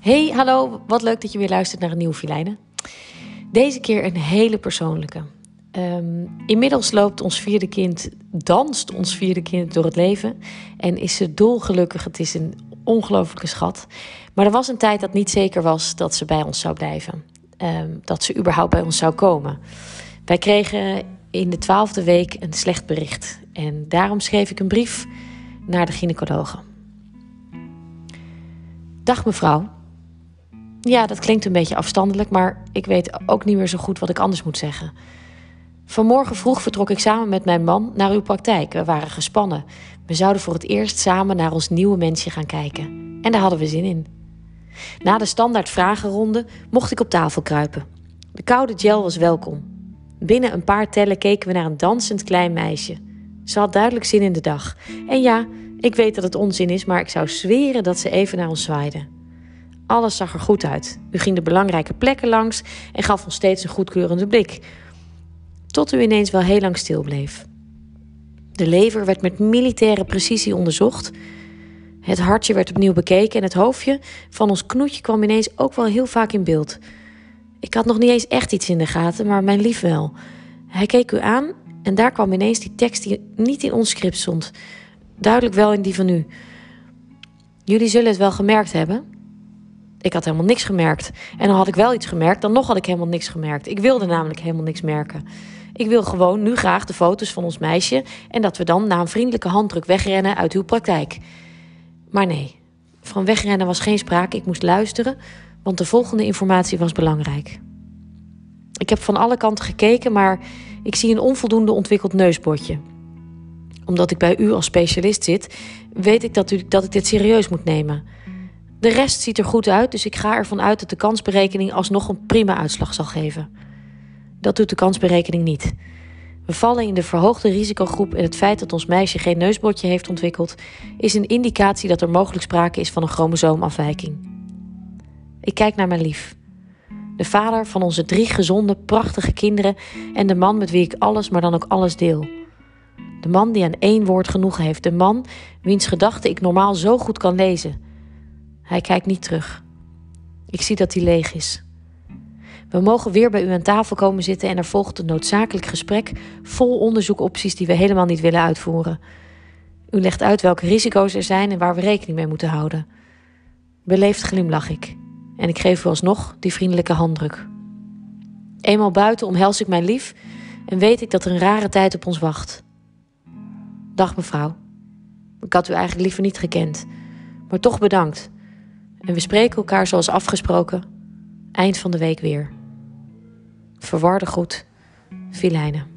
Hey, hallo, wat leuk dat je weer luistert naar een nieuwe Filijnen. Deze keer een hele persoonlijke. Inmiddels danst ons vierde kind door het leven en is ze dolgelukkig. Het is een ongelofelijke schat. Maar er was een tijd dat niet zeker was dat ze bij ons zou blijven. Dat ze überhaupt bij ons zou komen. Wij kregen in de 12e week een slecht bericht. En daarom schreef ik een brief naar de gynaecologe. Dag mevrouw. Ja, dat klinkt een beetje afstandelijk, maar ik weet ook niet meer zo goed wat ik anders moet zeggen. Vanmorgen vroeg vertrok ik samen met mijn man naar uw praktijk. We waren gespannen. We zouden voor het eerst samen naar ons nieuwe mensje gaan kijken. En daar hadden we zin in. Na de standaard vragenronde mocht ik op tafel kruipen. De koude gel was welkom. Binnen een paar tellen keken we naar een dansend klein meisje. Ze had duidelijk zin in de dag. En ja, ik weet dat het onzin is, maar ik zou zweren dat ze even naar ons zwaaide. Alles zag er goed uit. U ging de belangrijke plekken langs en gaf ons steeds een goedkeurende blik. Tot u ineens wel heel lang stil bleef. De lever werd met militaire precisie onderzocht. Het hartje werd opnieuw bekeken en het hoofdje van ons knoetje kwam ineens ook wel heel vaak in beeld. Ik had nog niet eens echt iets in de gaten, maar mijn lief wel. Hij keek u aan en daar kwam ineens die tekst die niet in ons script stond. Duidelijk wel in die van u. Jullie zullen het wel gemerkt hebben. Ik had helemaal niks gemerkt. En dan had ik wel iets gemerkt, dan nog had ik helemaal niks gemerkt. Ik wilde namelijk helemaal niks merken. Ik wil gewoon nu graag de foto's van ons meisje en dat we dan na een vriendelijke handdruk wegrennen uit uw praktijk. Maar nee, van wegrennen was geen sprake. Ik moest luisteren, want de volgende informatie was belangrijk. Ik heb van alle kanten gekeken, maar ik zie een onvoldoende ontwikkeld neusbotje. Omdat ik bij u als specialist zit, weet ik dat ik dit serieus moet nemen. De rest ziet er goed uit, dus ik ga ervan uit dat de kansberekening alsnog een prima uitslag zal geven. Dat doet de kansberekening niet. We vallen in de verhoogde risicogroep en het feit dat ons meisje geen neusbotje heeft ontwikkeld is een indicatie dat er mogelijk sprake is van een chromosoomafwijking. Ik kijk naar mijn lief. De vader van onze 3 gezonde, prachtige kinderen en de man met wie ik alles, maar dan ook alles deel. De man die aan 1 woord genoegen heeft. De man wiens gedachten ik normaal zo goed kan lezen. Hij kijkt niet terug. Ik zie dat hij leeg is. We mogen weer bij u aan tafel komen zitten en er volgt een noodzakelijk gesprek vol onderzoekopties die we helemaal niet willen uitvoeren. U legt uit welke risico's er zijn en waar we rekening mee moeten houden. Beleefd glimlach ik en ik geef u alsnog die vriendelijke handdruk. Eenmaal buiten omhels ik mijn lief en weet ik dat er een rare tijd op ons wacht. Dag mevrouw. Ik had u eigenlijk liever niet gekend, maar toch bedankt. En we spreken elkaar zoals afgesproken eind van de week weer. Verwarde groet, Filijnen.